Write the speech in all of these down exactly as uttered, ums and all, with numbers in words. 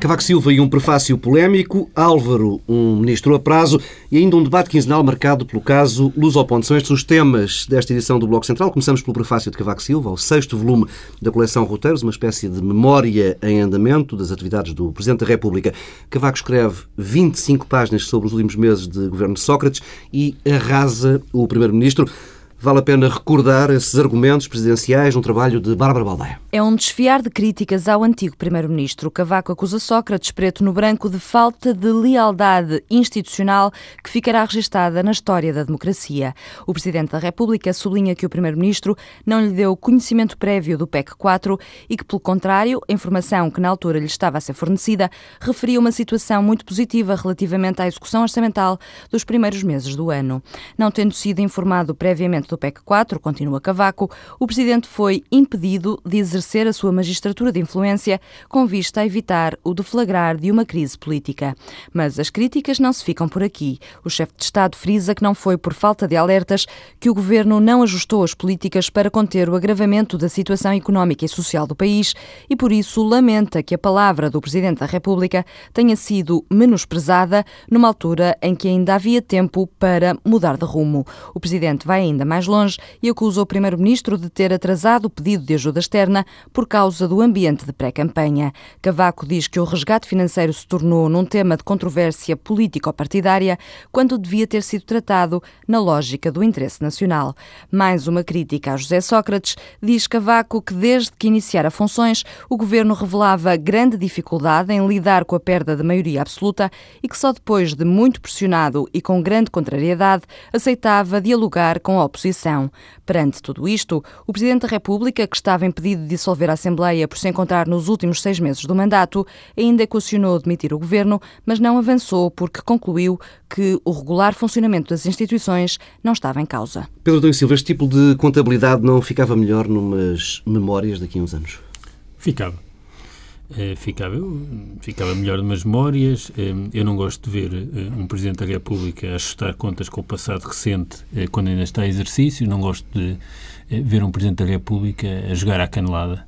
Cavaco Silva e um prefácio polémico, Álvaro, um ministro a prazo e ainda um debate quinzenal marcado pelo caso Lusoponte. São estes os temas desta edição do Bloco Central. Começamos pelo prefácio de Cavaco Silva, o sexto volume da coleção Roteiros, uma espécie de memória em andamento das atividades do Presidente da República. Cavaco escreve vinte e cinco páginas sobre os últimos meses de governo de Sócrates e arrasa o Primeiro-Ministro. Vale a pena recordar esses argumentos presidenciais num trabalho de Bárbara Baldaia. É um desfiar de críticas ao antigo Primeiro-Ministro. Cavaco acusa Sócrates, preto no branco, de falta de lealdade institucional que ficará registada na história da democracia. O Presidente da República sublinha que o Primeiro-Ministro não lhe deu conhecimento prévio do P E C quatro e que, pelo contrário, a informação que na altura lhe estava a ser fornecida referia uma situação muito positiva relativamente à execução orçamental dos primeiros meses do ano. Não tendo sido informado previamente do P E C quatro, continua Cavaco, o Presidente foi impedido de exercer a sua magistratura de influência com vista a evitar o deflagrar de uma crise política. Mas as críticas não se ficam por aqui. O chefe de Estado frisa que não foi por falta de alertas que o Governo não ajustou as políticas para conter o agravamento da situação económica e social do país e, por isso, lamenta que a palavra do Presidente da República tenha sido menosprezada numa altura em que ainda havia tempo para mudar de rumo. O Presidente vai ainda mais longe e acusa o Primeiro-Ministro de ter atrasado o pedido de ajuda externa por causa do ambiente de pré-campanha. Cavaco diz que o resgate financeiro se tornou num tema de controvérsia político-partidária quando devia ter sido tratado na lógica do interesse nacional. Mais uma crítica a José Sócrates, diz Cavaco que desde que iniciara funções o Governo revelava grande dificuldade em lidar com a perda de maioria absoluta e que só depois de muito pressionado e com grande contrariedade aceitava dialogar com a oposição. Perante tudo isto, o Presidente da República, que estava impedido de dissolver a Assembleia por se encontrar nos últimos seis meses do mandato, ainda equacionou demitir o Governo, mas não avançou porque concluiu que o regular funcionamento das instituições não estava em causa. Pedro Adão e Silva, este tipo de contabilidade não ficava melhor numas memórias daqui a uns anos? Ficava. Uh, ficava, ficava melhor numas memórias. Uh, eu não gosto de ver uh, um Presidente da República a ajustar contas com o passado recente uh, quando ainda está em exercício. Não gosto de uh, ver um Presidente da República a jogar à canelada.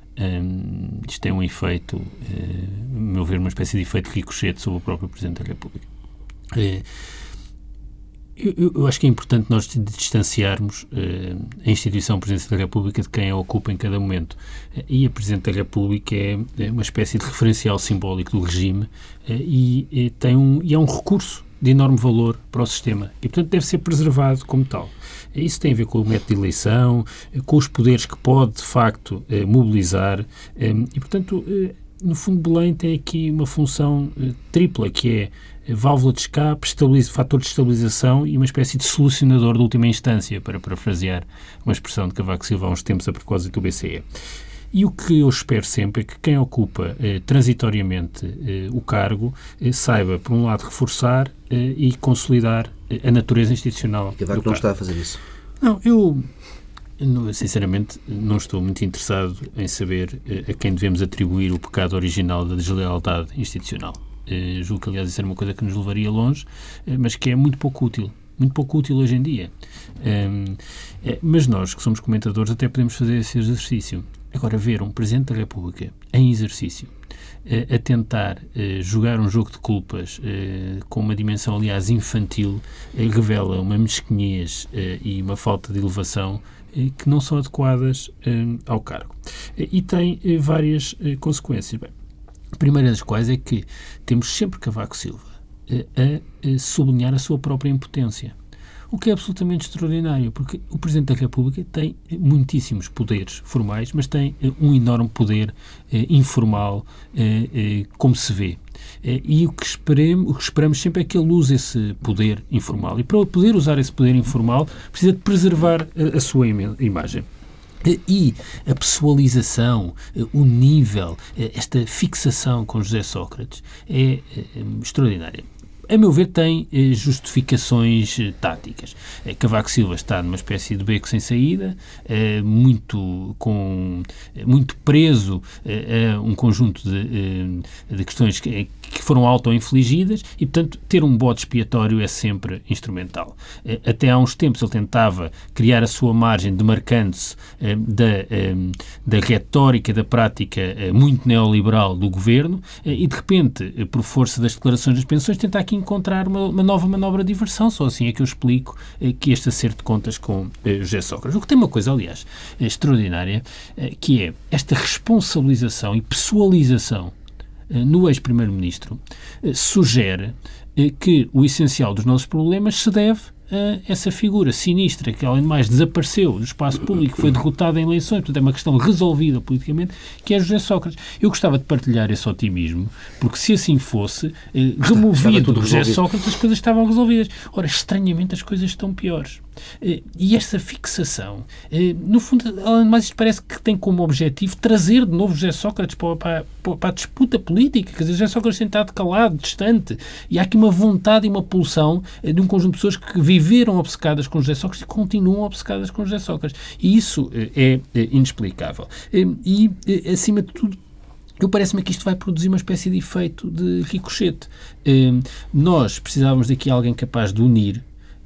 Um, isto tem um efeito, uh, a meu ver, uma espécie de efeito ricochete sobre o próprio Presidente da República. Uh, Eu, eu acho que é importante nós distanciarmos uh, a instituição Presidência da República de quem a ocupa em cada momento. Uh, e a Presidente da República é, é uma espécie de referencial simbólico do regime uh, e, e, tem um, e é um recurso de enorme valor para o sistema e, portanto, deve ser preservado como tal. Uh, isso tem a ver com o método de eleição, uh, com os poderes que pode, de facto, uh, mobilizar um, e, portanto, uh, no fundo, Belém tem aqui uma função uh, tripla, que é válvula de escape, fator de estabilização e uma espécie de solucionador de última instância, para parafrasear uma expressão de Cavaco Silva há uns tempos a propósito do B C E. E o que eu espero sempre é que quem ocupa eh, transitoriamente eh, o cargo eh, saiba, por um lado, reforçar eh, e consolidar eh, a natureza institucional. Cavaco não está a fazer isso? Não, eu... Sinceramente, não estou muito interessado em saber eh, a quem devemos atribuir o pecado original da deslealdade institucional. Eh, julgo que, aliás, isso era uma coisa que nos levaria longe, eh, mas que é muito pouco útil. Muito pouco útil hoje em dia. Um, eh, mas nós, que somos comentadores, até podemos fazer esse exercício. Agora, ver um Presidente da República em exercício eh, a tentar eh, jogar um jogo de culpas eh, com uma dimensão, aliás, infantil, eh, revela uma mesquinhez eh, e uma falta de elevação que não são adequadas um, ao cargo. E tem uh, várias uh, consequências. Bem, a primeira das quais é que temos sempre Cavaco Silva uh, a uh, sublinhar a sua própria impotência. O que é absolutamente extraordinário, porque o Presidente da República tem muitíssimos poderes formais, mas tem uh, um enorme poder uh, informal, uh, uh, como se vê. Uh, e o que, esperemos, o que esperamos sempre é que ele use esse poder informal. E para poder usar esse poder informal, precisa de preservar a, a sua im- imagem. E a pessoalização, o nível, esta fixação com José Sócrates é extraordinária. a meu ver, tem eh, justificações eh, táticas. Eh, Cavaco Silva está numa espécie de beco sem saída, eh, muito, com, eh, muito preso eh, a um conjunto de, eh, de questões que, que foram auto-infligidas e, portanto, ter um bode expiatório é sempre instrumental. Eh, até há uns tempos ele tentava criar a sua margem demarcando-se eh, da, eh, da retórica, da prática eh, muito neoliberal do governo eh, e, de repente, eh, por força das declarações das pensões, tenta aqui encontrar uma, uma nova manobra de diversão. Só assim é que eu explico eh, que este acerto de contas com eh, José Sócrates. O que tem uma coisa, aliás, eh, extraordinária, eh, que é esta responsabilização e pessoalização eh, no ex-primeiro-ministro, eh, sugere eh, que o essencial dos nossos problemas se deve a essa figura sinistra que, além de mais, desapareceu do espaço público, foi derrotada em eleições, portanto é uma questão resolvida politicamente, que é José Sócrates. Eu gostava de partilhar esse otimismo, porque se assim fosse, eh, removido José resolvido. Sócrates, as coisas estavam resolvidas. Ora, estranhamente as coisas estão piores. Eh, e esta fixação, eh, no fundo, além de mais, isto parece que tem como objetivo trazer de novo José Sócrates para, para, para a disputa política. Quer dizer, José Sócrates tem estado calado, distante, e há aqui uma vontade e uma pulsão eh, de um conjunto de pessoas que viveram obcecadas com José Sócrates e continuam obcecadas com José Sócrates. E isso eh, é, é inexplicável. Eh, e, eh, acima de tudo, eu parece-me que isto vai produzir uma espécie de efeito de ricochete. Eh, nós precisávamos daqui de alguém capaz de unir,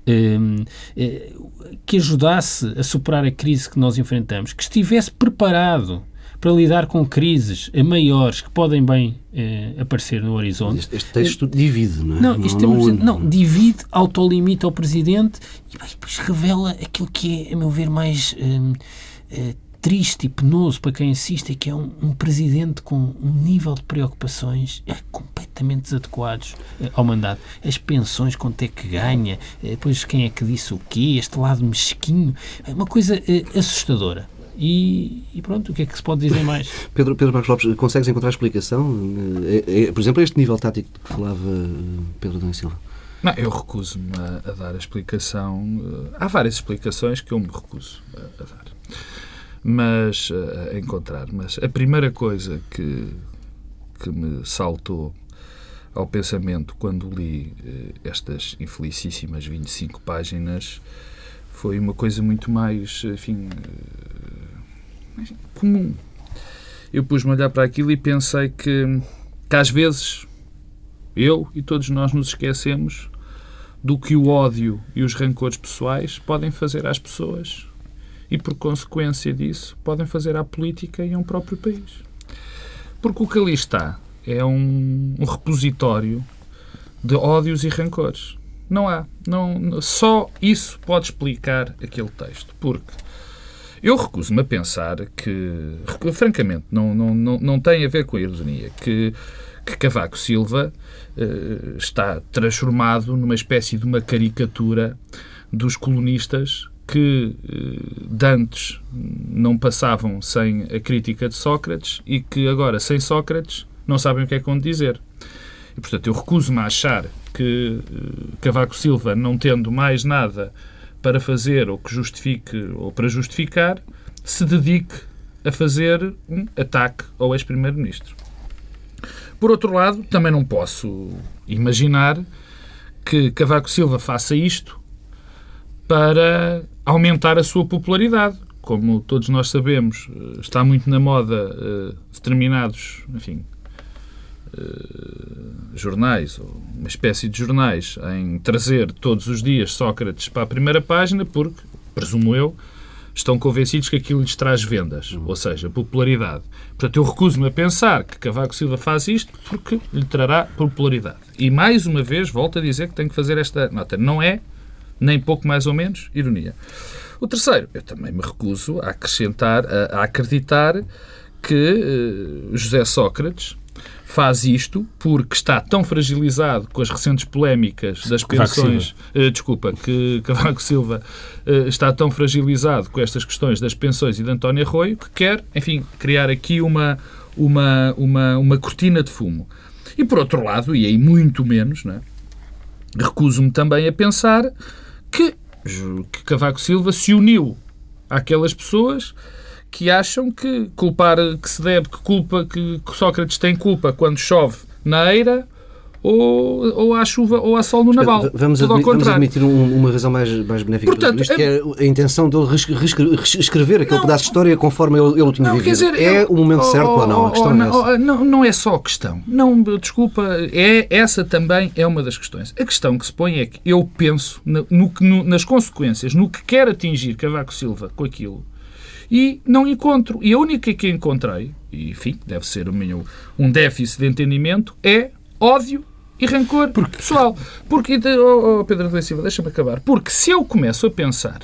que ajudasse a superar a crise que nós enfrentamos, que estivesse preparado para lidar com crises maiores que podem bem eh, aparecer no horizonte. Este, este texto divide, não é? Não, não, isto não, temos, não, não, divide, autolimita ao Presidente e depois revela aquilo que é, a meu ver, mais eh, eh, triste e penoso para quem assiste, é que é um, um Presidente com um nível de preocupações é, completamente desadequados é, ao mandato. As pensões, quanto é que ganha, é, depois quem é que disse o quê, este lado mesquinho, é uma coisa é, assustadora. E, e pronto, o que é que se pode dizer mais? Pedro, Pedro Marcos Lopes, consegues encontrar explicação? É, é, por exemplo, este nível tático de que falava Pedro Adão e Silva? Não, eu recuso-me a, a dar a explicação. Há várias explicações que eu me recuso a, a dar. Mas, a encontrar. Mas a primeira coisa que, que me saltou ao pensamento quando li estas infelicíssimas vinte e cinco páginas foi uma coisa muito mais, enfim, comum. Eu pus-me a olhar para aquilo e pensei que, que às vezes eu e todos nós nos esquecemos do que o ódio e os rancores pessoais podem fazer às pessoas e, por consequência disso, podem fazer à política e a um próprio país. Porque o que ali está é um, um repositório de ódios e rancores. Não há. Não, só isso pode explicar aquele texto. Porque eu recuso-me a pensar que, francamente, não, não, não, não tem a ver com a ironia, que, que Cavaco Silva uh, está transformado numa espécie de uma caricatura dos colonistas que uh, de antes não passavam sem a crítica de Sócrates e que agora, sem Sócrates, não sabem o que é que vão dizer. E, portanto, eu recuso-me a achar que uh, Cavaco Silva, não tendo mais nada para fazer ou que justifique ou para justificar, se dedique a fazer um ataque ao ex-primeiro-ministro. Por outro lado, também não posso imaginar que Cavaco Silva faça isto para aumentar a sua popularidade. Como todos nós sabemos, está muito na moda uh, determinados, enfim, uh, jornais, ou uma espécie de jornais, em trazer todos os dias Sócrates para a primeira página, porque, presumo eu, estão convencidos que aquilo lhes traz vendas, uhum. ou seja, popularidade. Portanto, eu recuso-me a pensar que Cavaco Silva faz isto porque lhe trará popularidade. E, mais uma vez, volto a dizer que tenho que fazer esta nota. Não é, nem pouco mais ou menos, ironia. O terceiro, eu também me recuso a acrescentar, a, a acreditar que uh, José Sócrates faz isto porque está tão fragilizado com as recentes polémicas das pensões... Uh, desculpa, que Cavaco Silva uh, está tão fragilizado com estas questões das pensões e de António Arroio que quer, enfim, criar aqui uma, uma, uma, uma cortina de fumo. E, por outro lado, e aí muito menos, não é? Recuso-me também a pensar que, que Cavaco Silva se uniu àquelas pessoas que acham que culpar, que se deve, que culpa, que Sócrates tem culpa quando chove na eira, ou, ou há chuva ou há sol no naval. Vamos, Tudo ao admi- vamos admitir um, uma razão mais, mais benéfica Portanto, para isto, que é a intenção dele reescrever aquele não, pedaço de história conforme ele, ele o tinha não, vivido. Quer dizer, é eu, o momento oh, certo oh, ou não? A questão oh, é não, essa. oh, não, não é só a questão. Não, desculpa, é, essa também é uma das questões. A questão que se põe é que eu penso no, no, no, nas consequências, no que quer atingir Cavaco Silva com aquilo, e não encontro. E a única que encontrei, e enfim, deve ser o meu, um déficit de entendimento, é ódio e rancor porque... pessoal. Porque, oh, oh, Pedro da Silva, deixa-me acabar. Porque se eu começo a pensar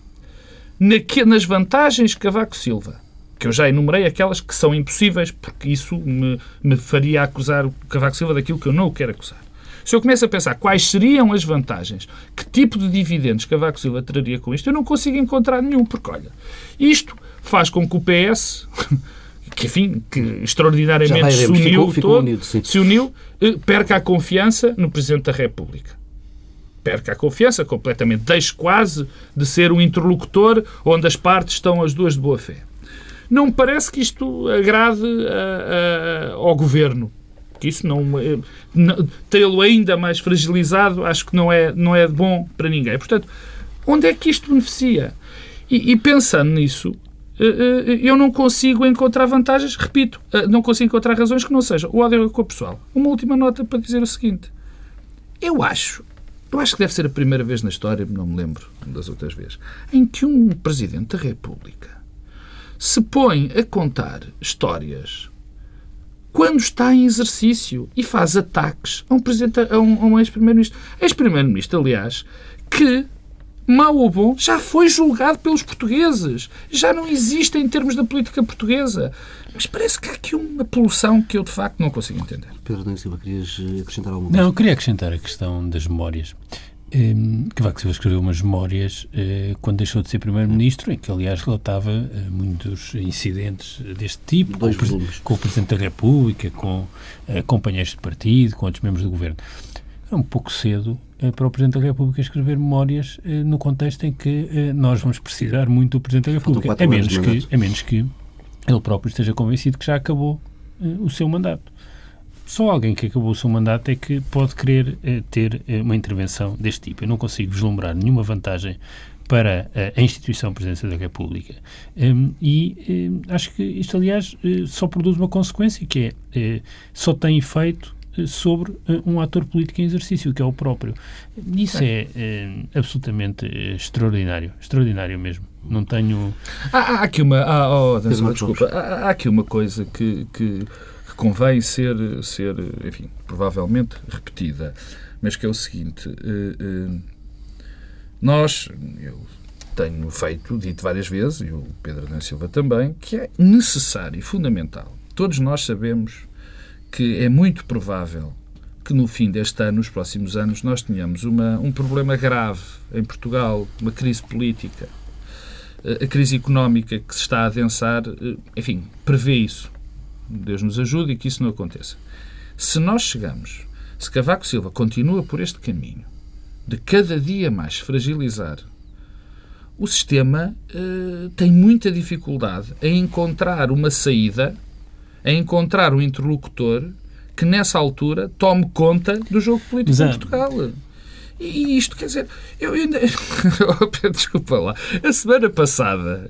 na, nas vantagens de Cavaco Silva, que eu já enumerei aquelas que são impossíveis, porque isso me, me faria acusar o Cavaco Silva daquilo que eu não o quero acusar. Se eu começo a pensar quais seriam as vantagens, que tipo de dividendos Cavaco Silva traria com isto, eu não consigo encontrar nenhum, porque, olha, isto faz com que o P S... que, enfim, que extraordinariamente se uniu, ficou, ficou todo, unido, se uniu, perca a confiança no Presidente da República. Perca a confiança completamente. Deixe quase de ser um interlocutor onde as partes estão as duas de boa fé. Não me parece que isto agrade a, a, ao Governo. Que isso não, não tê-lo ainda mais fragilizado, acho que não é, não é bom para ninguém. Portanto, onde é que isto beneficia? E, e pensando nisso, eu não consigo encontrar vantagens, repito, não consigo encontrar razões que não sejam o ódio com o pessoal. Uma última nota para dizer o seguinte. Eu acho, eu acho que deve ser a primeira vez na história, não me lembro das outras vezes, em que um Presidente da República se põe a contar histórias quando está em exercício e faz ataques a um, presidente, a um, a um ex-primeiro-ministro. Ex-primeiro-ministro, aliás, que mau ou bom, já foi julgado pelos portugueses. Já não existe em termos da política portuguesa. Mas parece que há aqui uma poluição que eu, de facto, não consigo entender. Pedro Adão Silva, querias acrescentar alguma coisa? Não, eu queria acrescentar a questão das memórias. Um, Cavaco Silva escreveu umas memórias uh, quando deixou de ser Primeiro-Ministro, em que, aliás, relatava uh, muitos incidentes deste tipo, com o, com o Presidente da República, com uh, companheiros de partido, com outros membros do Governo. É um pouco cedo para o Presidente da República escrever memórias eh, no contexto em que eh, nós vamos precisar muito do Presidente da República, a menos, que, a menos que ele próprio esteja convencido que já acabou eh, o seu mandato. Só alguém que acabou o seu mandato é que pode querer eh, ter eh, uma intervenção deste tipo. Eu não consigo vislumbrar nenhuma vantagem para eh, a instituição Presidência da República. Um, e eh, acho que isto, aliás, eh, só produz uma consequência, que é, eh, só tem efeito sobre uh, um ator político em exercício, que é o próprio. Isso é, é absolutamente extraordinário. Extraordinário mesmo. Não tenho... Há, há aqui uma... Há, oh, Danço, desculpa. Há, há aqui uma coisa que, que, que convém ser, ser, enfim, provavelmente repetida, mas que é o seguinte. Uh, uh, nós, eu tenho feito, dito várias vezes, e o Pedro Adão Silva também, que é necessário e fundamental. Todos nós sabemos que é muito provável que no fim deste ano, nos próximos anos, nós tenhamos uma, um problema grave em Portugal, uma crise política, a crise económica que se está a adensar, enfim, prevê isso. Deus nos ajude e que isso não aconteça. Se nós chegamos, se Cavaco Silva continua por este caminho, de cada dia mais fragilizar, o sistema uh, tem muita dificuldade em encontrar uma saída, a encontrar um interlocutor que, nessa altura, tome conta do jogo político Exato. Em Portugal. E isto, quer dizer, eu ainda... Desculpa lá. A semana passada,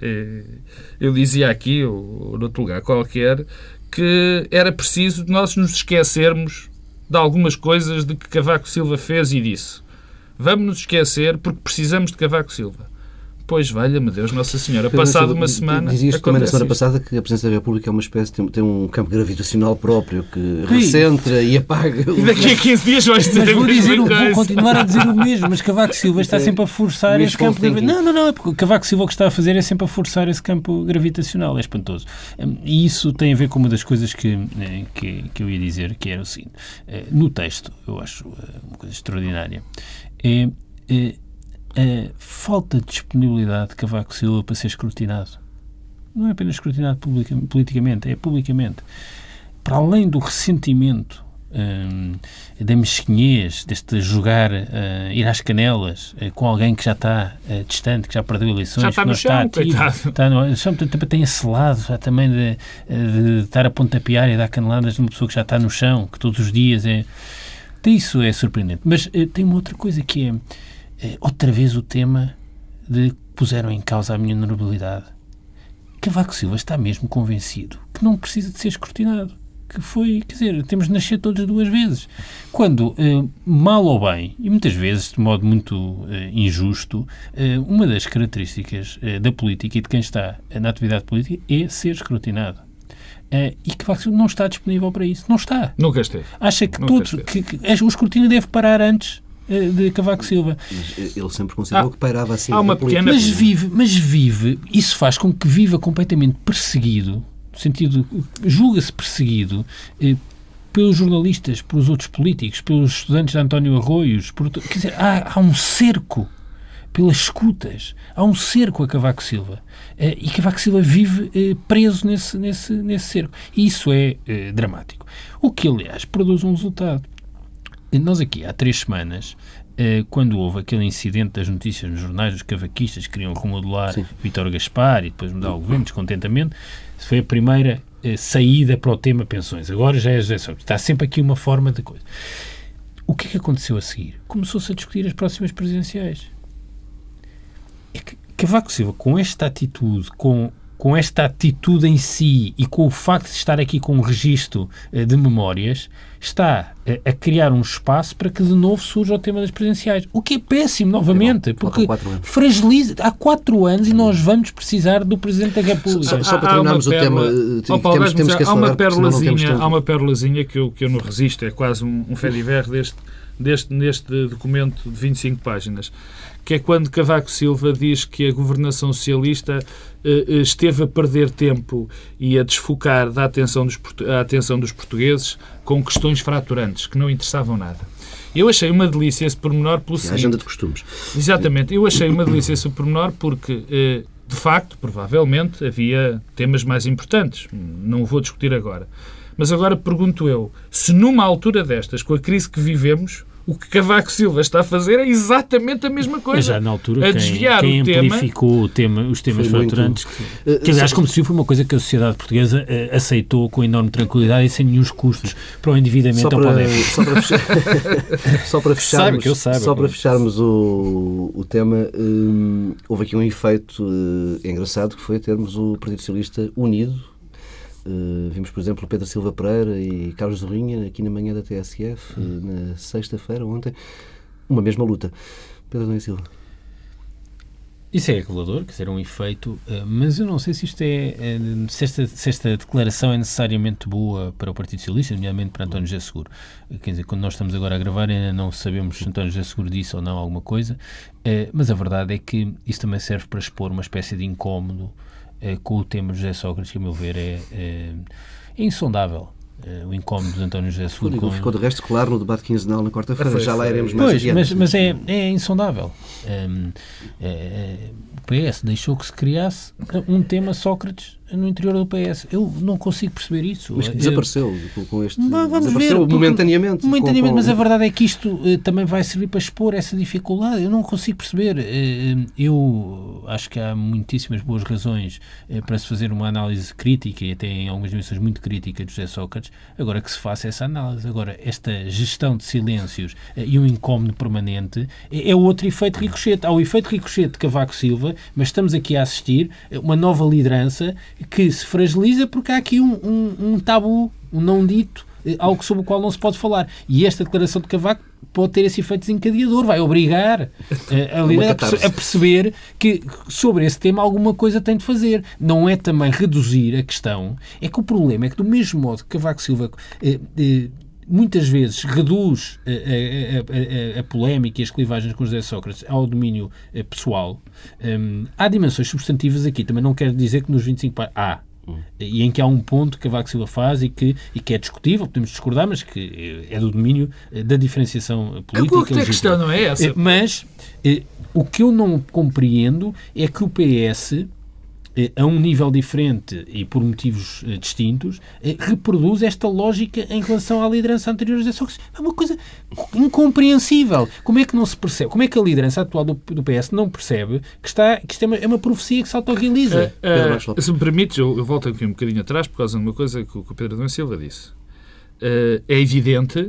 eu dizia aqui, ou noutro lugar qualquer, que era preciso nós nos esquecermos de algumas coisas de que Cavaco Silva fez e disse. Vamos nos esquecer porque precisamos de Cavaco Silva. Pois, valha-me Deus, Nossa Senhora. Passado uma semana... Dizias também na semana passada que a Presidência da República é uma espécie, tem, tem um campo gravitacional próprio que recentra e apaga... E daqui a quinze dias vais dizer mas vou, dizer, vou continuar a dizer o mesmo, mas Cavaco Silva está sempre a forçar esse campo gravitacional. Não, não, não, é porque Cavaco Silva o que está a fazer é sempre a forçar esse campo gravitacional. É espantoso. E isso tem a ver com uma das coisas que, que, que eu ia dizer, que era o seguinte. No texto, eu acho uma coisa extraordinária, é... é a falta de disponibilidade de Cavaco Silva para ser escrutinado. Não é apenas escrutinado publica, politicamente, é publicamente. Para além do ressentimento, hum, da mesquinhez, deste jogar, uh, ir às canelas uh, com alguém que já está uh, distante, que já perdeu eleições, já está que não no chão, está ativo, está no chão, também tem esse lado já, também de, de estar a pontapear e dar caneladas de uma pessoa que já está no chão, que todos os dias é... Isso é surpreendente. Mas uh, tem uma outra coisa que é, uh, outra vez o tema de que puseram em causa a minha honorabilidade. Cavaco Silva está mesmo convencido que não precisa de ser escrutinado. Que foi, quer dizer, temos de nascer todos duas vezes. Quando, eh, mal ou bem, e muitas vezes de modo muito eh, injusto, eh, uma das características eh, da política e de quem está na atividade política é ser escrutinado. Eh, e Cavaco Silva não está disponível para isso. Não está. Nunca esteve. Acha que, Nunca todos, que, que o escrutínio deve parar antes eh, de Cavaco Silva. Mas ele sempre considerou ah, que pairava assim. Há uma pequena... Mas vive, mas vive, isso faz com que viva completamente perseguido, no sentido, julga-se perseguido eh, pelos jornalistas, pelos outros políticos, pelos estudantes de António Arroios, por, quer dizer, há, há um cerco pelas escutas, há um cerco a Cavaco Silva eh, e Cavaco Silva vive eh, preso nesse, nesse, nesse cerco. E isso é eh, dramático. O que, aliás, produz um resultado. Nós aqui, há três semanas, eh, quando houve aquele incidente das notícias nos jornais, os cavaquistas queriam remodelar Sim. Vítor Gaspar e depois mudar o governo, descontentamento, foi a primeira eh, saída para o tema pensões. Agora já é José Sócrates. Está sempre aqui uma forma de coisa. O que é que aconteceu a seguir? Começou-se a discutir as próximas presidenciais. É que Cavaco Silva, com esta atitude, com, com esta atitude em si e com o facto de estar aqui com um registro eh, de memórias, está a, a criar um espaço para que de novo surja o tema das presidenciais. O que é péssimo, novamente, é bom, porque fragiliza. Há quatro anos e nós vamos precisar do Presidente da República. Só, só para terminarmos o tema, oh, Paulo, temos, temos que há uma perlazinha, há uma perlazinha que eu, que eu não resisto, é quase um, um fediver deste, deste, neste documento de vinte e cinco páginas, que é quando Cavaco Silva diz que a governação socialista eh, esteve a perder tempo e a desfocar da atenção dos, a atenção dos portugueses com questões fraturantes, que não interessavam nada. Eu achei uma delícia esse pormenor pelo seguinte... A agenda de costumes. Exatamente. Eu achei uma delícia esse pormenor porque, eh, de facto, provavelmente, havia temas mais importantes. Não o vou discutir agora. Mas agora pergunto eu, se numa altura destas, com a crise que vivemos, o que Cavaco Silva está a fazer é exatamente a mesma coisa. Mas já na altura, a quem, desviar quem o tema... amplificou o tema, os temas fraturantes, muito... que, que aliás, como se viu, foi uma coisa que a sociedade portuguesa uh, aceitou com enorme tranquilidade e sem nenhum custos para o endividamento ou para o déficit. Só para, fechar... só para fecharmos, sabe que eu saiba, só para fecharmos o, o tema, hum, houve aqui um efeito uh, engraçado, que foi termos o Partido Socialista unido. Uh, vimos, por exemplo, Pedro Silva Pereira e Carlos Zorrinha aqui na manhã da T S F, uh, na sexta-feira, ontem, uma mesma luta. Pedro Adão e Silva. Isso é revelador, quer dizer, um efeito, uh, mas eu não sei se isto é, uh, se, esta, se esta declaração é necessariamente boa para o Partido Socialista, nomeadamente para António José Seguro. Uh, quer dizer, quando nós estamos agora a gravar, ainda não sabemos se António José Seguro disse ou não alguma coisa, uh, mas a verdade é que isso também serve para expor uma espécie de incómodo com o tema de José Sócrates, que, a meu ver, é, é, é insondável. É, o incómodo de António José Seguro. Ficou, com... ficou de resto claro no debate quinzenal na quarta-feira. Já lá iremos mais pois, adiante. Mas, mas é, é insondável. É, é, o P S deixou que se criasse um tema Sócrates no interior do P S. Eu não consigo perceber isso. Mas que desapareceu com, com este... Vamos desapareceu ver, momentaneamente. Momentaneamente, com, com... mas a verdade é que isto uh, também vai servir para expor essa dificuldade. Eu não consigo perceber. Uh, eu acho que há muitíssimas boas razões uh, para se fazer uma análise crítica e até em algumas dimensões muito crítica de José Sócrates. Agora que se faça essa análise. Agora, esta gestão de silêncios uh, e um incómodo permanente é, é outro efeito ricochete. Há o efeito ricochete de Cavaco Silva, mas estamos aqui a assistir uma nova liderança que se fragiliza porque há aqui um, um, um tabu, um não dito, algo sobre o qual não se pode falar. E esta declaração de Cavaco pode ter esse efeito desencadeador, vai obrigar a, a, líder a, a perceber que sobre esse tema alguma coisa tem de fazer. Não é também reduzir a questão, é que o problema é que do mesmo modo que Cavaco Silva eh, eh, muitas vezes reduz a, a, a, a polémica e as clivagens com José Sócrates ao domínio eh, pessoal, um, há dimensões substantivas aqui. Também não quero dizer que nos vinte e cinco há. Hum. E em que há um ponto que Cavaco Silva faz e que, e que é discutível, podemos discordar, mas que é do domínio da diferenciação política. A questão não é essa. Mas eh, o que eu não compreendo é que o P S, a um nível diferente e por motivos eh, distintos, eh, reproduz esta lógica em relação à liderança anterior a José Sócrates. É uma coisa incompreensível. Como é que não se percebe? Como é que a liderança atual do, do P S não percebe que, está, que isto é uma, é uma profecia que se autorrealiza? Uh, uh, se me permites, eu, eu volto aqui um bocadinho atrás por causa de uma coisa que o, que o Pedro Adão Silva disse. Uh, é evidente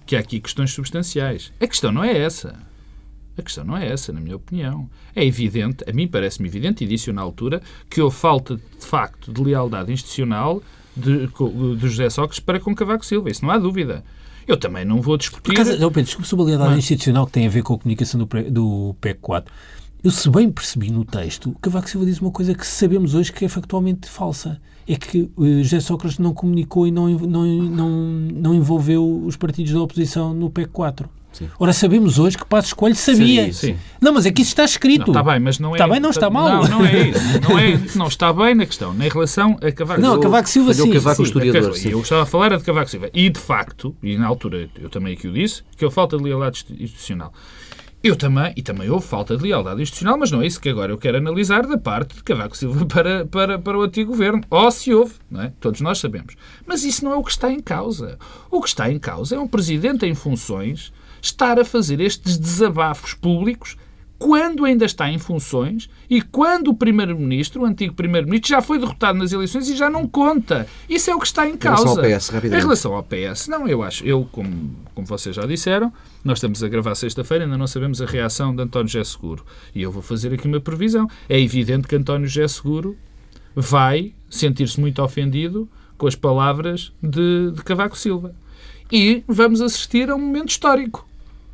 que há aqui questões substanciais. A questão não é essa. A questão não é essa, na minha opinião. É evidente, a mim parece-me evidente, e disse na altura, que houve falta, de facto, de lealdade institucional de, de José Sócrates para com Cavaco Silva. Isso não há dúvida. Eu também não vou discutir... Por causa, não, Pedro, desculpe, sobre a lealdade Mas... institucional que tem a ver com a comunicação do, do P E C quatro. Eu, se bem percebi no texto, Cavaco Silva diz uma coisa que sabemos hoje que é factualmente falsa. É que uh, José Sócrates não comunicou e não, não, não, não envolveu os partidos da oposição no P E C quatro. Sim. Ora, sabemos hoje que Passos Coelho sabia. Sim, sim. Não, mas é que isso está escrito. Não, está bem, mas não é... Está bem, não está mal. Não, não é isso. Não, é, não está bem na questão. Na relação a Cavaco Silva... Não, a Cavaco Silva sim. Cavaco sim. historiador, sim. Eu gostava de falar de Cavaco Silva. E, de facto, e na altura eu também aqui o disse, que houve falta de lealdade institucional. Eu também, e também houve falta de lealdade institucional, mas não é isso que agora eu quero analisar da parte de Cavaco Silva para, para, para o antigo governo. Ou se houve, não é? Todos nós sabemos. Mas isso não é o que está em causa. O que está em causa é um presidente em funções estar a fazer estes desabafos públicos quando ainda está em funções e quando o primeiro-ministro, o antigo primeiro-ministro, já foi derrotado nas eleições e já não conta. Isso é o que está em causa. Em relação ao P S, rapidamente. Em relação ao P S, não, eu acho, eu, como, como vocês já disseram, nós estamos a gravar sexta-feira, ainda não sabemos a reação de António José Seguro. E eu vou fazer aqui uma previsão. É evidente que António José Seguro vai sentir-se muito ofendido com as palavras de, de Cavaco Silva. E vamos assistir a um momento histórico.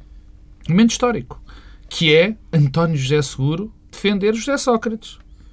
Um momento histórico. Que é António José Seguro defender José Sócrates.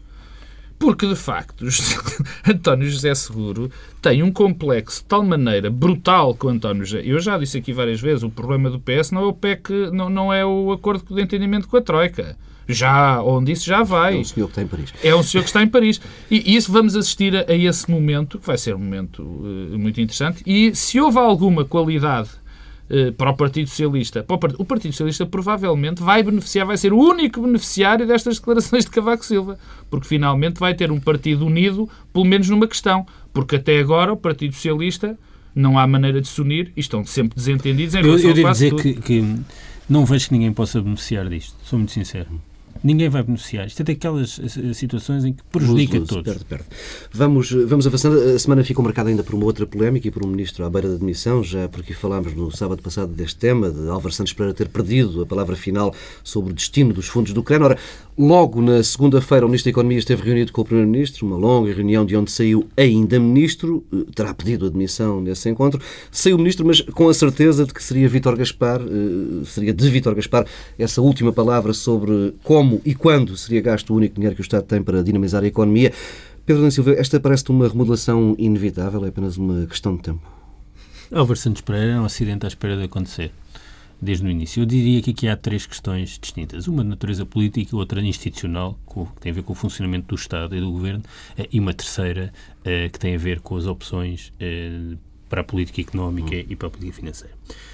Porque, de facto, António José Seguro tem um complexo de tal maneira brutal com António José... Eu já disse aqui várias vezes, o problema do P S não é o P E C, não, não é o acordo de entendimento com a Troika. Já, onde isso já vai. É um senhor que está em Paris. É um senhor que está em Paris. E, e isso vamos assistir a, a esse momento, que vai ser um momento uh, muito interessante. E se houve alguma qualidade uh, para o Partido Socialista, para o, Partido, o Partido Socialista provavelmente vai beneficiar, vai ser o único beneficiário destas declarações de Cavaco Silva. Porque finalmente vai ter um partido unido, pelo menos numa questão. Porque até agora o Partido Socialista não há maneira de se unir e estão sempre desentendidos em relação eu, eu devo a dizer tudo. Que, que não vejo que ninguém possa beneficiar disto. Sou muito sincero. Ninguém vai beneficiar. Isto é daquelas situações em que prejudica luz, luz, todos. Perde, perde. Vamos, vamos avançando. A semana ficou marcada ainda por uma outra polémica e por um ministro à beira da demissão, já porque falámos no sábado passado deste tema, de Álvaro Santos Pereira ter perdido a palavra final sobre o destino dos fundos do CREN. Ora, logo na segunda-feira o Ministro da Economia esteve reunido com o Primeiro-Ministro, uma longa reunião de onde saiu ainda Ministro, terá pedido admissão nesse encontro. Saiu Ministro, mas com a certeza de que seria Vítor Gaspar, seria de Vítor Gaspar, essa última palavra sobre como e quando seria gasto o único dinheiro que o Estado tem para dinamizar a economia. Pedro Adão Silva, esta parece-te uma remodelação inevitável, é apenas uma questão de tempo? Álvaro Santos Pereira é um acidente à espera de acontecer, desde o início. Eu diria que aqui há três questões distintas. Uma de natureza política, outra institucional, que tem a ver com o funcionamento do Estado e do Governo, e uma terceira que tem a ver com as opções para a política económica hum. e para a política financeira.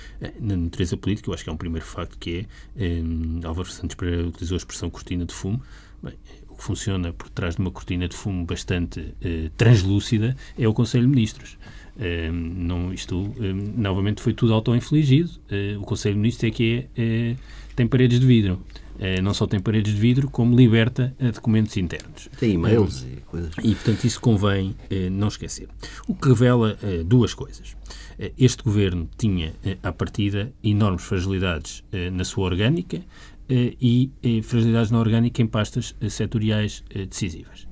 Na natureza política, eu acho que é um primeiro facto que é um, Álvaro Santos Pereira utilizou a expressão cortina de fumo. Bem, o que funciona por trás de uma cortina de fumo bastante uh, translúcida é o Conselho de Ministros. Um, não, isto, um, novamente, foi tudo auto-infligido. Uh, o Conselho de Ministros é que é, uh, tem paredes de vidro. Uh, não só tem paredes de vidro, como liberta uh, documentos internos. Tem e-mails um, e coisas. E, portanto, isso convém uh, não esquecer. O que revela uh, duas coisas. Este governo tinha, à partida, enormes fragilidades na sua orgânica e fragilidades na orgânica em pastas setoriais decisivas.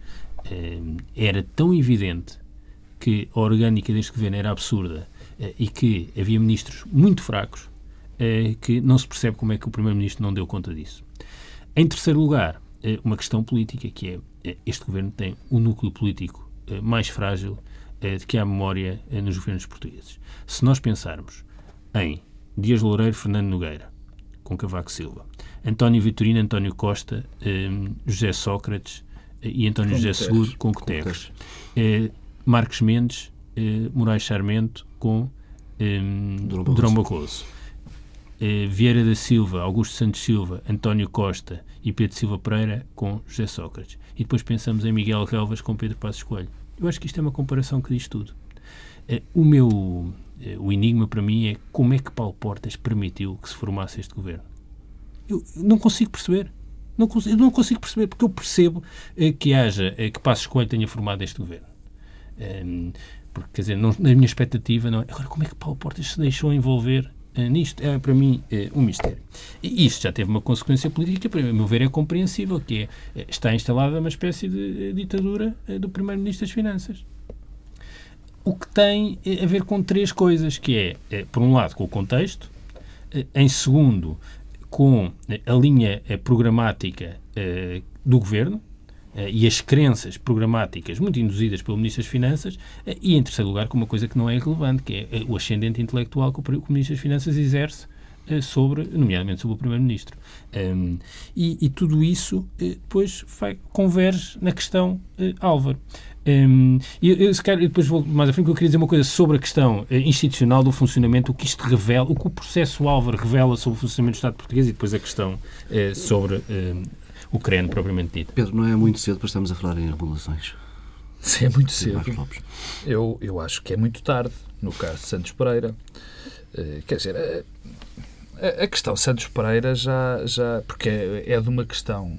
Era tão evidente que a orgânica deste governo era absurda e que havia ministros muito fracos que não se percebe como é que o primeiro-ministro não deu conta disso. Em terceiro lugar, uma questão política, que é este governo tem um núcleo político mais frágil de que há memória nos governos portugueses. Se nós pensarmos em Dias Loureiro, Fernando Nogueira, com Cavaco Silva, António Vitorino, António Costa, um, José Sócrates e António com José Guterres. Seguro com Guterres, uh, Marcos Mendes, uh, Moraes Sarmento com um, Durão Barroso, uh, Vieira da Silva, Augusto Santos Silva, António Costa e Pedro Silva Pereira com José Sócrates. E depois pensamos em Miguel Relvas com Pedro Passos Coelho. Eu acho que isto é uma comparação que diz tudo. Uh, o meu uh, o enigma para mim é como é que Paulo Portas permitiu que se formasse este governo. Eu, eu não consigo perceber. Não consigo, eu não consigo perceber, porque eu percebo uh, que haja, uh, que Passos Coelho tenha formado este governo. Um, porque, quer dizer, não, na minha expectativa, não é. Agora, como é que Paulo Portas se deixou envolver uh, nisto é, para mim, um mistério. E isto já teve uma consequência política, para meu ver, é compreensível, que é, está instalada uma espécie de ditadura do Primeiro-Ministro das Finanças. O que tem a ver com três coisas, que é, por um lado, com o contexto, em segundo, com a linha programática do Governo, e as crenças programáticas muito induzidas pelo Ministro das Finanças, e, em terceiro lugar, com uma coisa que não é irrelevante, que é o ascendente intelectual que o Ministro das Finanças exerce sobre, nomeadamente sobre o Primeiro-Ministro. Um, e, e tudo isso, depois, vai, converge na questão uh, Álvaro. Um, e eu, se calhar, depois vou mais à frente, que eu queria dizer uma coisa sobre a questão uh, institucional do funcionamento, o que isto revela, o que o processo Álvaro revela sobre o funcionamento do Estado português, e depois a questão uh, sobre uh, o C R E N propriamente dito. Pedro, não é muito cedo para estarmos a falar em remodelações? Sim, é muito cedo. Eu, eu acho que é muito tarde, no caso de Santos Pereira. Uh, quer dizer, a, a questão Santos Pereira já, já porque é, é de uma questão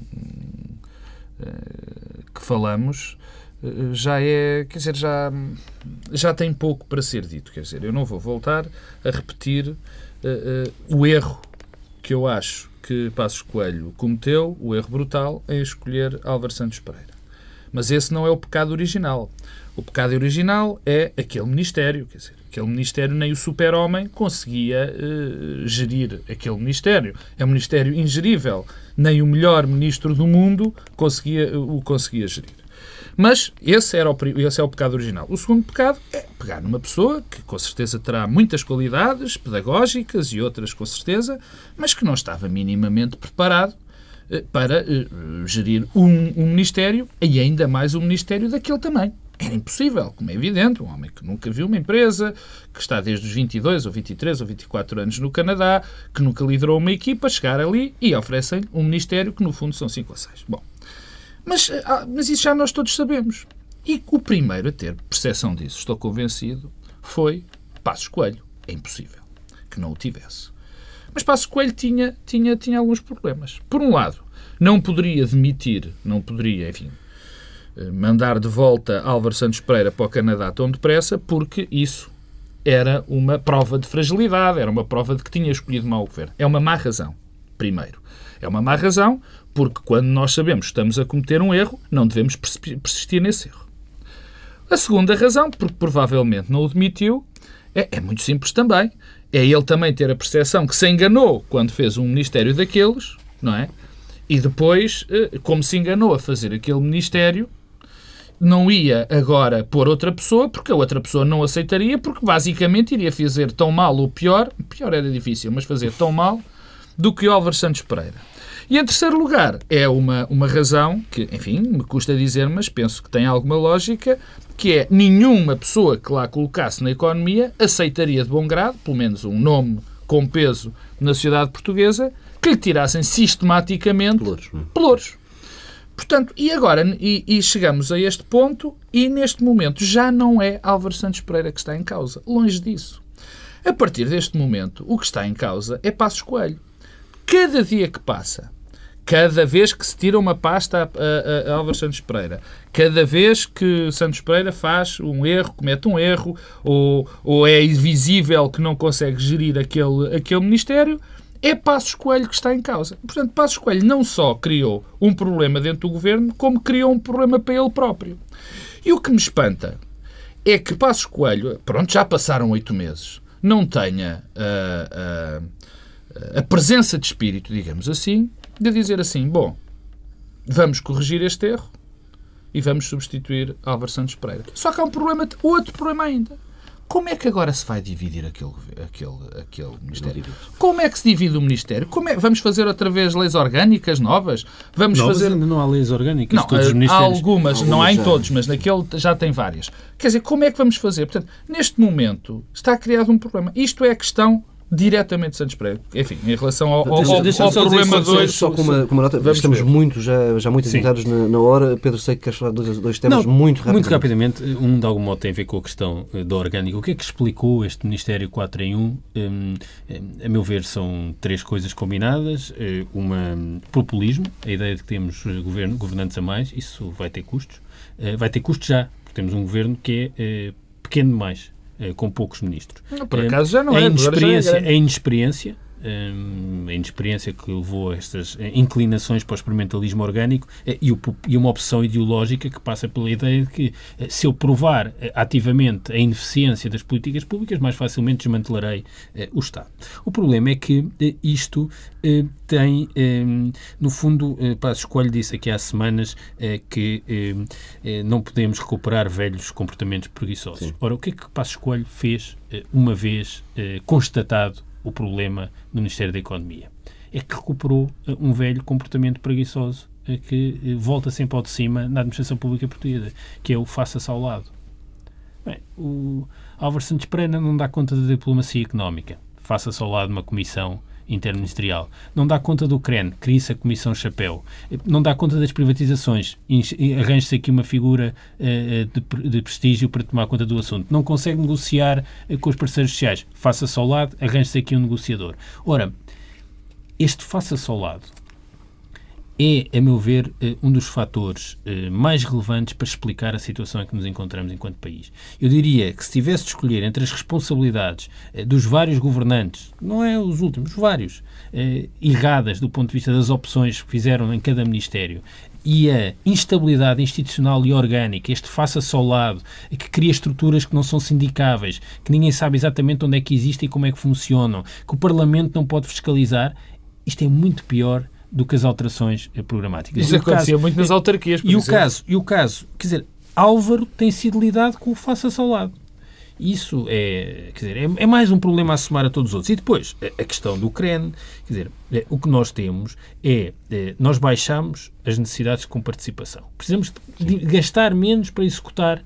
uh, que falamos, uh, já é, quer dizer, já, já tem pouco para ser dito. Quer dizer, eu não vou voltar a repetir uh, uh, o erro que eu acho que Passos Coelho cometeu, o erro brutal, em escolher Álvaro Santos Pereira. Mas esse não é o pecado original. O pecado original é aquele ministério, quer dizer, aquele ministério nem o super-homem conseguia uh, gerir aquele ministério. É um ministério ingerível. Nem o melhor ministro do mundo conseguia, uh, o conseguia gerir. Mas esse, era o, esse é o pecado original. O segundo pecado é pegar numa pessoa que com certeza terá muitas qualidades pedagógicas e outras com certeza, mas que não estava minimamente preparado uh, para uh, gerir um, um ministério, e ainda mais um ministério daquele tamanho. Era impossível, como é evidente, um homem que nunca viu uma empresa, que está desde os vinte e dois, ou vinte e três, ou vinte e quatro anos no Canadá, que nunca liderou uma equipa, chegar ali e oferecem um ministério que no fundo são cinco ou seis. Bom, mas, mas isso já nós todos sabemos. E o primeiro a ter percepção disso, estou convencido, foi Passos Coelho. É impossível que não o tivesse. Mas Passos Coelho tinha, tinha, tinha alguns problemas. Por um lado, não poderia demitir, não poderia, enfim, mandar de volta Álvaro Santos Pereira para o Canadá tão depressa, porque isso era uma prova de fragilidade, era uma prova de que tinha escolhido mau governo. É uma má razão, primeiro. É uma má razão porque quando nós sabemos que estamos a cometer um erro, não devemos persistir nesse erro. A segunda razão, porque provavelmente não o demitiu, é, é muito simples também. É ele também ter a percepção que se enganou quando fez um ministério daqueles, não é? E depois, como se enganou a fazer aquele ministério, não ia agora pôr outra pessoa, porque a outra pessoa não aceitaria, porque basicamente iria fazer tão mal ou pior, pior era difícil, mas fazer tão mal, do que o Álvaro Santos Pereira. E em terceiro lugar, é uma, uma razão que, enfim, me custa dizer, mas penso que tem alguma lógica, que é nenhuma pessoa que lá colocasse na economia aceitaria de bom grado, pelo menos um nome com peso na sociedade portuguesa, que lhe tirassem sistematicamente pelouros. pelouros. Portanto, e agora, e, e chegamos a este ponto, e neste momento já não é Álvaro Santos Pereira que está em causa. Longe disso. A partir deste momento, o que está em causa é Passos Coelho. Cada dia que passa, cada vez que se tira uma pasta a, a, a Álvaro Santos Pereira, cada vez que Santos Pereira faz um erro, comete um erro, ou, ou é visível que não consegue gerir aquele, aquele ministério, é Passos Coelho que está em causa. Portanto, Passos Coelho não só criou um problema dentro do governo, como criou um problema para ele próprio. E o que me espanta é que Passos Coelho, pronto, já passaram oito meses, não tenha uh, uh, a presença de espírito, digamos assim, de dizer assim, bom, vamos corrigir este erro e vamos substituir Álvaro Santos Pereira. Só que há um problema, outro problema ainda. Como é que agora se vai dividir aquele, aquele, aquele Ministério? Como é que se divide o Ministério? Como é, vamos fazer outra vez leis orgânicas novas? Vamos novas fazer... ainda não há leis orgânicas. Não, todos os há algumas, algumas, não há em todos, mas naquele já tem várias. Quer dizer, como é que vamos fazer? Portanto, neste momento está criado um problema. Isto é a questão diretamente de Santos Pereira. Enfim, em relação ao, ao, ao, deixa, ao deixa problema dois... Só, só com uma, com uma nota, vamos estamos ver. muito, já, já muito adiantados na, na hora. Pedro, sei que queres falar de dois, dois temas Não, muito rapidamente. Muito rapidamente. Um, de algum modo, tem a ver com a questão da orgânica. O que é que explicou este Ministério quatro em um? Um, a meu ver, são três coisas combinadas. Uma, populismo, a ideia de que temos governo, governantes a mais, isso vai ter custos. Vai ter custos já, porque temos um governo que é pequeno demais. eh, com poucos ministros. Não, por acaso já não é. A inexperiência, a inexperiência a inexperiência que levou a estas inclinações para o experimentalismo orgânico e uma opção ideológica que passa pela ideia de que, se eu provar ativamente a ineficiência das políticas públicas, mais facilmente desmantelarei o Estado. O problema é que isto tem, no fundo, Passos Coelho disse aqui há semanas que não podemos recuperar velhos comportamentos preguiçosos. Sim. Ora, o que é que Passos Coelho fez uma vez constatado o problema do Ministério da Economia? É que recuperou uh, um velho comportamento preguiçoso uh, que uh, volta sempre ao de cima na administração pública portuguesa, que é o faça-se ao lado. Bem, o Álvaro Santos Pereira não dá conta da diplomacia económica, faça-se ao lado de uma comissão interministerial. Não dá conta do C R E N, cria-se a Comissão Chapéu. Não dá conta das privatizações, arranja-se aqui uma figura uh, de, de prestígio para tomar conta do assunto. Não consegue negociar uh, com os parceiros sociais, faça-se ao lado, arranja-se aqui um negociador. Ora, este faça-se ao lado é, a meu ver, um dos fatores mais relevantes para explicar a situação em que nos encontramos enquanto país. Eu diria que se tivesse de escolher entre as responsabilidades dos vários governantes, não é os últimos, os vários, erradas do ponto de vista das opções que fizeram em cada ministério, e a instabilidade institucional e orgânica, este faça-se ao lado, que cria estruturas que não são sindicáveis, que ninguém sabe exatamente onde é que existem e como é que funcionam, que o Parlamento não pode fiscalizar, isto é muito pior do que as alterações programáticas. Isso acontecia muito nas autarquias, por e o caso, E o caso, quer dizer, Álvaro tem sido lidado com o faça-se ao lado. Isso é, quer dizer, é, é mais um problema a somar a todos os outros. E depois, a, a questão do C R E N, quer dizer, é, o que nós temos é, é, nós baixamos as necessidades com participação. Precisamos de, de gastar menos para executar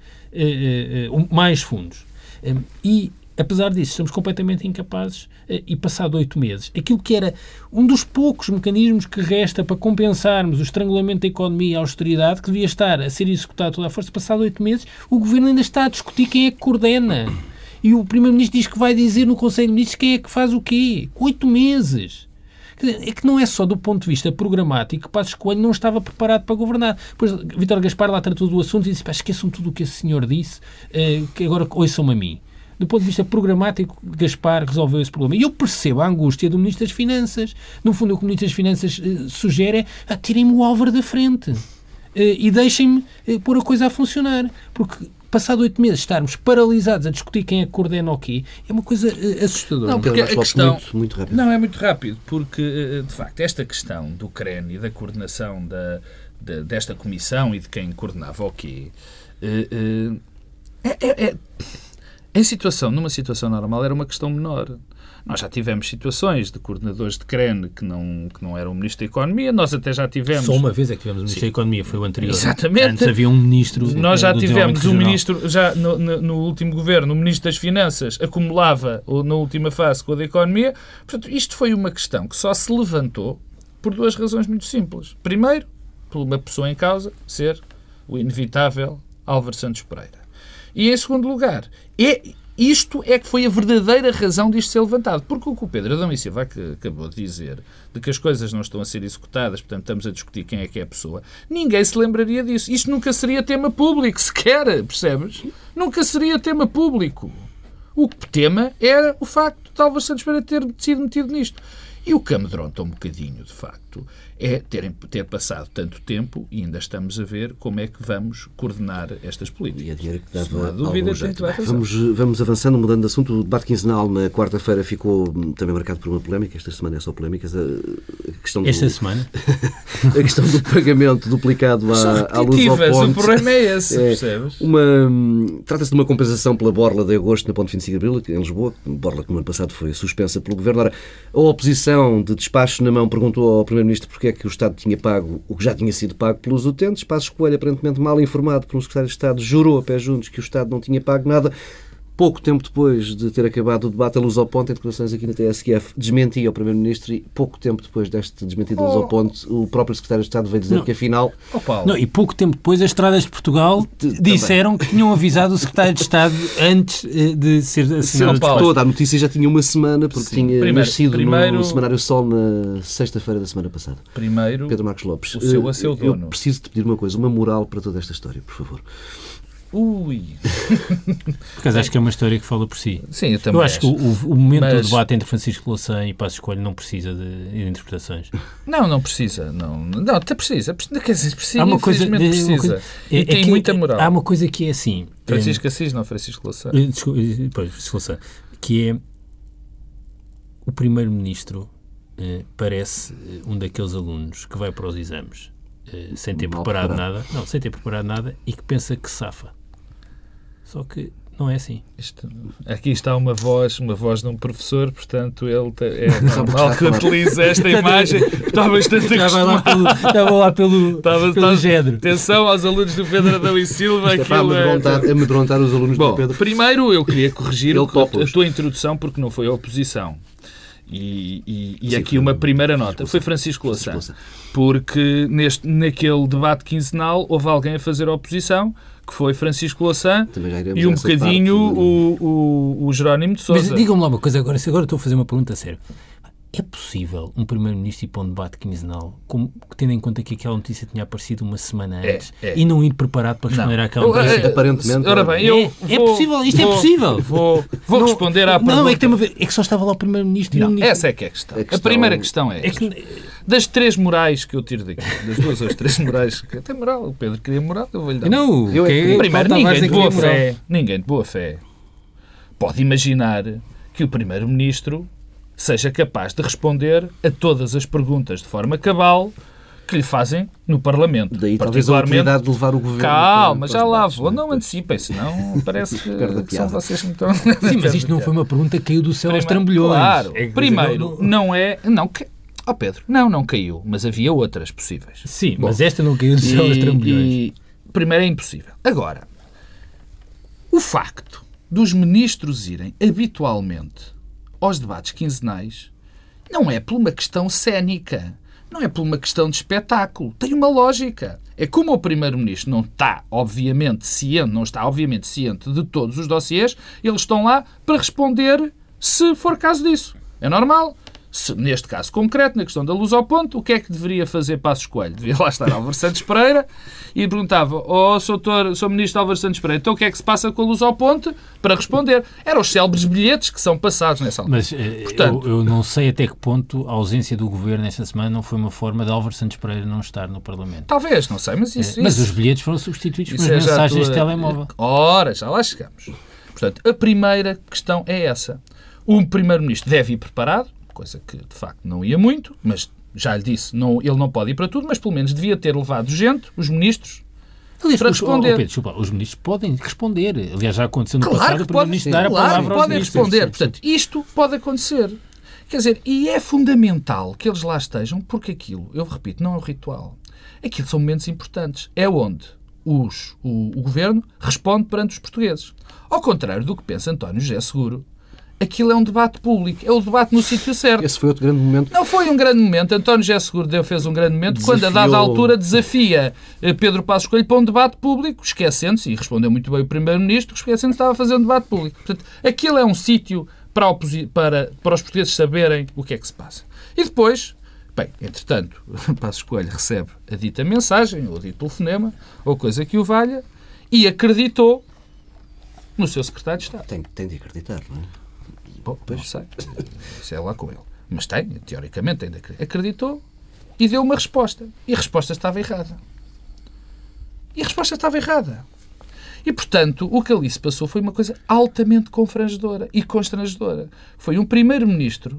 é, é, mais fundos. É, e apesar disso, estamos completamente incapazes e, passado oito meses, aquilo que era um dos poucos mecanismos que resta para compensarmos o estrangulamento da economia e a austeridade, que devia estar a ser executado toda a força, passado oito meses, o Governo ainda está a discutir quem é que coordena. E o Primeiro-Ministro diz que vai dizer no Conselho de Ministros quem é que faz o quê. Oito meses. É que não é só do ponto de vista programático que Passos Coelho não estava preparado para governar. Depois, Vítor Gaspar lá tratou do assunto e disse, pá, esqueçam tudo o que esse senhor disse, que agora ouçam-me a mim. Do ponto de vista programático, Gaspar resolveu esse problema. E eu percebo a angústia do Ministro das Finanças. No fundo, o que o Ministro das Finanças uh, sugere é ah, tirem-me o Álvaro da frente uh, e deixem-me uh, pôr a coisa a funcionar. Porque, passado oito meses, estarmos paralisados a discutir quem é que coordena o quê, é uma coisa uh, assustadora. Não, porque a questão... Muito, muito rápido. Não, é muito rápido, porque, uh, de facto, esta questão do C R E N e da coordenação da, da, desta comissão e de quem coordenava o quê, uh, uh, é... é, é Em situação, numa situação normal era uma questão menor. Nós já tivemos situações de coordenadores de C R E N que não, que não eram o Ministro da Economia, nós até já tivemos... Só uma vez é que tivemos o Ministro Sim. da Economia, foi o anterior. Exatamente. Antes havia um Ministro... Nós já tivemos o Ministro, já no, no, no último Governo, o Ministro das Finanças acumulava na última fase com a da Economia. Portanto, isto foi uma questão que só se levantou por duas razões muito simples. Primeiro, por uma pessoa em causa ser o inevitável Álvaro Santos Pereira. E, em segundo lugar, é, isto é que foi a verdadeira razão disto ser levantado. Porque o que o Pedro Adão e Silva que acabou de dizer, de que as coisas não estão a ser executadas, portanto estamos a discutir quem é que é a pessoa, ninguém se lembraria disso. Isto nunca seria tema público, sequer, percebes? Nunca seria tema público. O tema era o facto de Álvaro Santos Pereira ter sido metido nisto. E o que amedronta um bocadinho, de facto, é ter, ter passado tanto tempo e ainda estamos a ver como é que vamos coordenar estas políticas. E a dinheiro que dava dúvida, algum jeito. Vamos, vamos avançando, mudando de assunto. O debate quinzenal na quarta-feira ficou também marcado por uma polémica. Esta semana é só polémicas. A questão do, Esta semana? a questão do pagamento duplicado à, à Lusoponte. O problema é esse, é, percebes? Uma, trata-se de uma compensação pela borla de agosto na Ponte vinte e cinco de Abril, em Lisboa. Borla que no ano passado foi suspensa pelo Governo. Ora, a oposição de despacho na mão perguntou ao Primeiro-Ministro porque é que o Estado tinha pago o que já tinha sido pago pelos utentes. Passos Coelho, aparentemente mal informado por um secretário de Estado, jurou a pé juntos que o Estado não tinha pago nada. Pouco tempo depois de ter acabado o debate, a Lusoponte, em declarações aqui na T S F, desmentia o Primeiro-Ministro e pouco tempo depois deste desmentido da Lusoponte, o próprio secretário de Estado veio dizer não. que afinal... Oh, Paulo. Não, e pouco tempo depois as estradas de Portugal de, disseram também. que tinham avisado o secretário de Estado antes de ser assinado. Toda a notícia já tinha uma semana, porque Sim. tinha primeiro, nascido primeiro, no Semanário Sol na sexta-feira da semana passada. Primeiro, Pedro Marcos Lopes, o seu a seu dono. Eu preciso de pedir uma coisa, uma moral para toda esta história, por favor. Ui! Porque acho que é uma história que fala por si. Sim, eu também Eu acho, acho. que o, o momento Mas... do debate entre Francisco Louçã e Passos Coelho não precisa de, de interpretações. Não, não precisa. Não, não precisa. Quer dizer, precisa. Há uma coisa, precisa. Uma coisa, e é, tem é muita moral. Há uma coisa que é assim... Francisco é, Assis, não Francisco Louçã. Desculpa, depois, Francisco Louçã. Que é... O Primeiro-Ministro eh, parece um daqueles alunos que vai para os exames eh, sem ter Mal preparado preparado. nada. Não, sem ter preparado nada e que pensa que safa. Só que não é assim. Isto, aqui está uma voz, uma voz de um professor, portanto ele é normal que utilize esta imagem. Está bastante Estava lá pelo, estava lá pelo, estava, pelo estava, género. Atenção aos alunos do Pedro Adão e Silva. É para amedrontar, é... amedrontar os alunos Bom, do Pedro. Primeiro eu queria corrigir a, a tua introdução porque não foi a oposição. E, e, e Sim, aqui uma primeira nota. Foi Francisco Louçã. Porque neste, naquele debate quinzenal houve alguém a fazer a oposição, que foi Francisco Louçã e um bocadinho o, o, o Jerónimo de Sousa. Mas digam-me lá uma coisa agora, se agora estou a fazer uma pergunta séria. É possível um Primeiro-Ministro ir para um debate quinzenal, como, tendo em conta que aquela notícia tinha aparecido uma semana antes, é, é. e não ir preparado para responder não. àquela notícia? É, aparentemente. Ora bem, eu é, vou, é possível, isto vou, é possível. Vou, vou não, responder à pergunta. Não, é que, tem uma, é que só estava lá o Primeiro-Ministro. Não, essa é que é a questão. A, questão... a primeira questão é, é que... Das três morais que eu tiro daqui, das duas ou três morais, que tem moral, o Pedro queria moral, eu vou-lhe dar. Não, eu, é, primeiro, ninguém de boa fé, ninguém de boa fé pode imaginar que o Primeiro-Ministro seja capaz de responder a todas as perguntas de forma cabal que lhe fazem no Parlamento. Daí talvez a utilidade de levar o governo... Calma, já lá vou. Não antecipem, senão parece que são vocês que me estão... Sim, mas isto não foi uma pergunta que caiu do céu aos trambolhões. Claro. É primeiro, não é... Não, que... Oh Pedro, não, não caiu, mas havia outras possíveis. Sim, Bom, mas esta não caiu do céu aos trambolhões. E, primeiro é impossível. Agora, o facto dos ministros irem habitualmente aos debates quinzenais não é por uma questão cénica, não é por uma questão de espetáculo, tem uma lógica. É como o Primeiro-Ministro não está, obviamente, ciente, não está, obviamente, ciente de todos os dossiês, eles estão lá para responder se for caso disso. É normal. Se, neste caso concreto, na questão da luz ao ponto, o que é que deveria fazer Passos Coelho? Devia lá estar Álvaro Santos Pereira e perguntava ao Sr Ministro Álvaro Santos Pereira, então o que é que se passa com a luz ao ponto? Para responder. Eram os célebres bilhetes que são passados nessa altura. Mas Portanto, eu, eu não sei até que ponto a ausência do Governo esta semana não foi uma forma de Álvaro Santos Pereira não estar no Parlamento. Talvez, não sei, mas isso... É, mas isso, os bilhetes foram substituídos por mensagens de telemóvel. Ora, já lá chegamos. Portanto, a primeira questão é essa. O Primeiro-Ministro deve ir preparado, coisa que, de facto, não ia muito, mas já lhe disse, não, ele não pode ir para tudo, mas pelo menos devia ter levado gente, os ministros, Aliás, para os, responder. Oh, Pedro, desculpa, os ministros podem responder. Aliás, já aconteceu no claro passado, o Primeiro-Ministro dar a claro palavra aos podem ministros. responder. Portanto, isto pode acontecer. Quer dizer, e é fundamental que eles lá estejam, porque aquilo, eu repito, não é um ritual. Aquilo são momentos importantes. É onde os, o, o Governo responde perante os portugueses. Ao contrário do que pensa António José Seguro, aquilo é um debate público, é o debate no sítio certo. Esse foi outro grande momento. Não foi um grande momento. António José Seguro fez um grande momento Desafiou... quando, a dada altura, desafia Pedro Passos Coelho para um debate público, esquecendo-se, e respondeu muito bem o Primeiro-Ministro, esquecendo-se que estava a fazer um debate público. Portanto, aquilo é um sítio para, oposi... para, para os portugueses saberem o que é que se passa. E depois, bem, entretanto, Passos Coelho recebe a dita mensagem, ou a dito telefonema, ou coisa que o valha, e acreditou no seu secretário de Estado. Tem, tem de acreditar, não é? Bom, não sei. Isso é lá com ele. Mas tem, teoricamente, ainda acreditou e deu uma resposta. E a resposta estava errada. E a resposta estava errada. E, portanto, o que ali se passou foi uma coisa altamente confrangedora e constrangedora. Foi um primeiro-ministro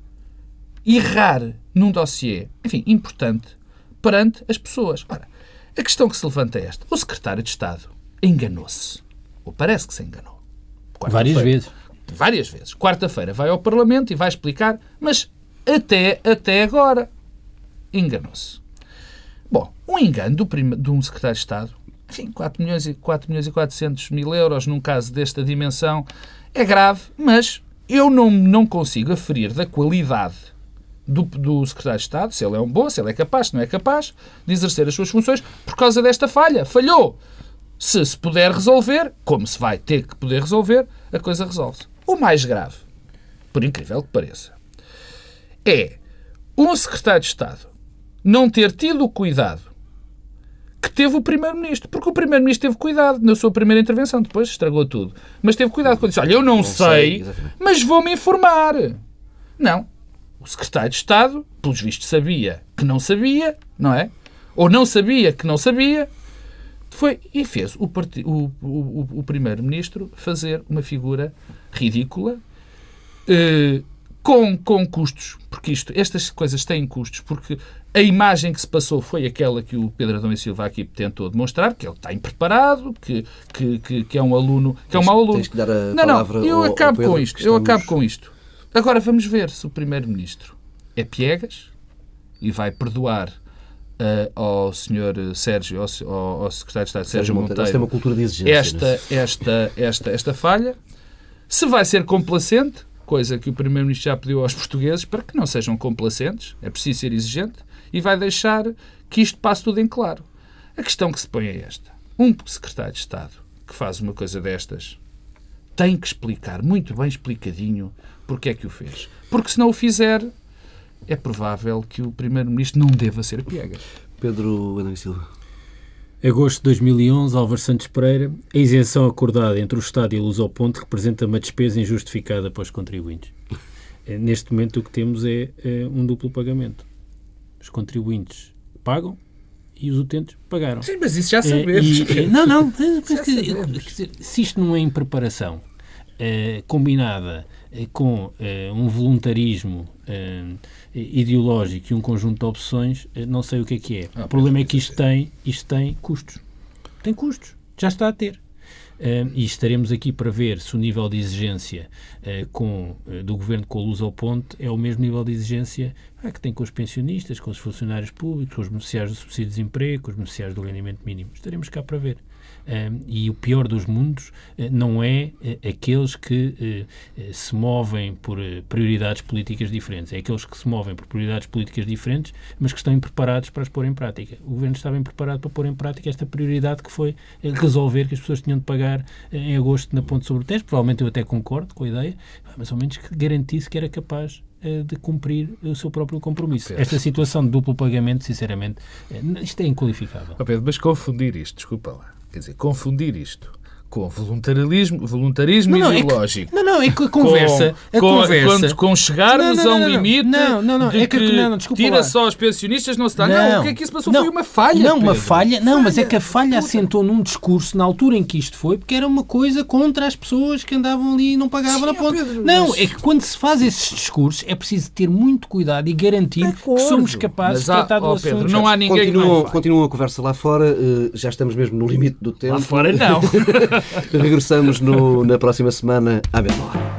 errar num dossiê, enfim, importante, perante as pessoas. Ora, a questão que se levanta é esta. O secretário de Estado enganou-se. Ou parece que se enganou. Várias vezes. Várias vezes. Quarta-feira vai ao Parlamento e vai explicar, mas até, até agora enganou-se. Bom, um engano do prima, de um secretário de Estado, enfim, quatro milhões e quatrocentos mil euros num caso desta dimensão, é grave, mas eu não, não consigo aferir da qualidade do, do secretário de Estado, se ele é um bom, se ele é capaz, se não é capaz de exercer as suas funções por causa desta falha. Falhou. Se se puder resolver, como se vai ter que poder resolver, a coisa resolve-se. O mais grave, por incrível que pareça, é um secretário de Estado não ter tido o cuidado que teve o Primeiro-Ministro. Porque o Primeiro-Ministro teve cuidado na sua primeira intervenção, depois estragou tudo. Mas teve cuidado quando disse, olha, eu não, não sei, sei mas vou-me informar. Não. O Secretário de Estado, pelos vistos, sabia que não sabia, não é? Ou não sabia que não sabia, foi e fez o, part... o, o, o Primeiro-Ministro fazer uma figura ridícula, eh, com, com custos, porque isto, estas coisas têm custos, porque a imagem que se passou foi aquela que o Pedro Adão e Silva aqui tentou demonstrar, que ele está impreparado, que, que, que, que é um aluno, que é um mau aluno. Tens que dar a não, palavra não, eu ao, acabo ao Pedro, com isto, estamos... eu acabo com isto. Agora vamos ver se o Primeiro-Ministro é piegas e vai perdoar uh, ao senhor Sérgio, ao, ao Secretário de Estado Sérgio, Sérgio Monteiro, Monteiro, tem uma cultura de exigência, esta, esta, esta, esta, esta falha, se vai ser complacente, coisa que o Primeiro-Ministro já pediu aos portugueses, para que não sejam complacentes, é preciso ser exigente, e vai deixar que isto passe tudo em claro. A questão que se põe é esta. Um Secretário de Estado que faz uma coisa destas tem que explicar, muito bem explicadinho, porque é que o fez. Porque se não o fizer, é provável que o Primeiro-Ministro não deva ser piegas. Pedro Adão e Silva. Agosto de dois mil e onze, Álvaro Santos Pereira. A isenção acordada entre o Estado e a Lusoponte representa uma despesa injustificada para os contribuintes. Neste momento o que temos é, é um duplo pagamento. Os contribuintes pagam e os utentes pagaram. Sim, mas isso já sabemos. E, e, não, não. Se, se isto não é impreparação eh, combinada eh, com eh, um voluntarismo eh, ideológico e um conjunto de opções, eh, não sei o que é que é. Ah, o problema é que isto tem, isto tem custos. Tem custos. Já está a ter. Uh, e estaremos aqui para ver se o nível de exigência uh, com, uh, do Governo com a Lusoponte é o mesmo nível de exigência ah, que tem com os pensionistas, com os funcionários públicos, com os beneficiários do subsídio de desemprego, com os beneficiários do rendimento mínimo. Estaremos cá para ver. Uh, e o pior dos mundos uh, não é uh, aqueles que uh, uh, se movem por uh, prioridades políticas diferentes. É aqueles que se movem por prioridades políticas diferentes, mas que estão impreparados para as pôr em prática. O Governo estava impreparado para pôr em prática esta prioridade que foi uh, resolver que as pessoas tinham de pagar uh, em agosto na Ponte sobre o Tejo. Provavelmente eu até concordo com a ideia, mas ao menos que garantisse que era capaz uh, de cumprir o seu próprio compromisso. Esta situação de duplo pagamento, sinceramente, uh, isto é inqualificável. Oh Pedro, mas confundir isto, desculpa lá. Quer dizer, confundir isto com voluntarismo, voluntarismo não, não, ideológico. É que, não, não, é que a conversa... Com, a com, conversa quando, com chegarmos não, não, não, a um limite não, não, não, de é que, que não, não, tira lá. só os pensionistas, não se dá. Não, não, o que é que isso passou não, foi uma falha, Não, uma Pedro. falha, não, falha, mas é que a falha puta. assentou num discurso na altura em que isto foi, porque era uma coisa contra as pessoas que andavam ali e não pagavam Sim, na ponte. Pedro, não, mas... é que quando se faz esses discursos é preciso ter muito cuidado e garantir é que somos capazes mas, de tratar oh, do Pedro, assunto. Não há ninguém continuam, que não continuam a conversa lá fora, já estamos mesmo no limite do tempo. Lá fora não. Regressamos no, na próxima semana à mesma hora.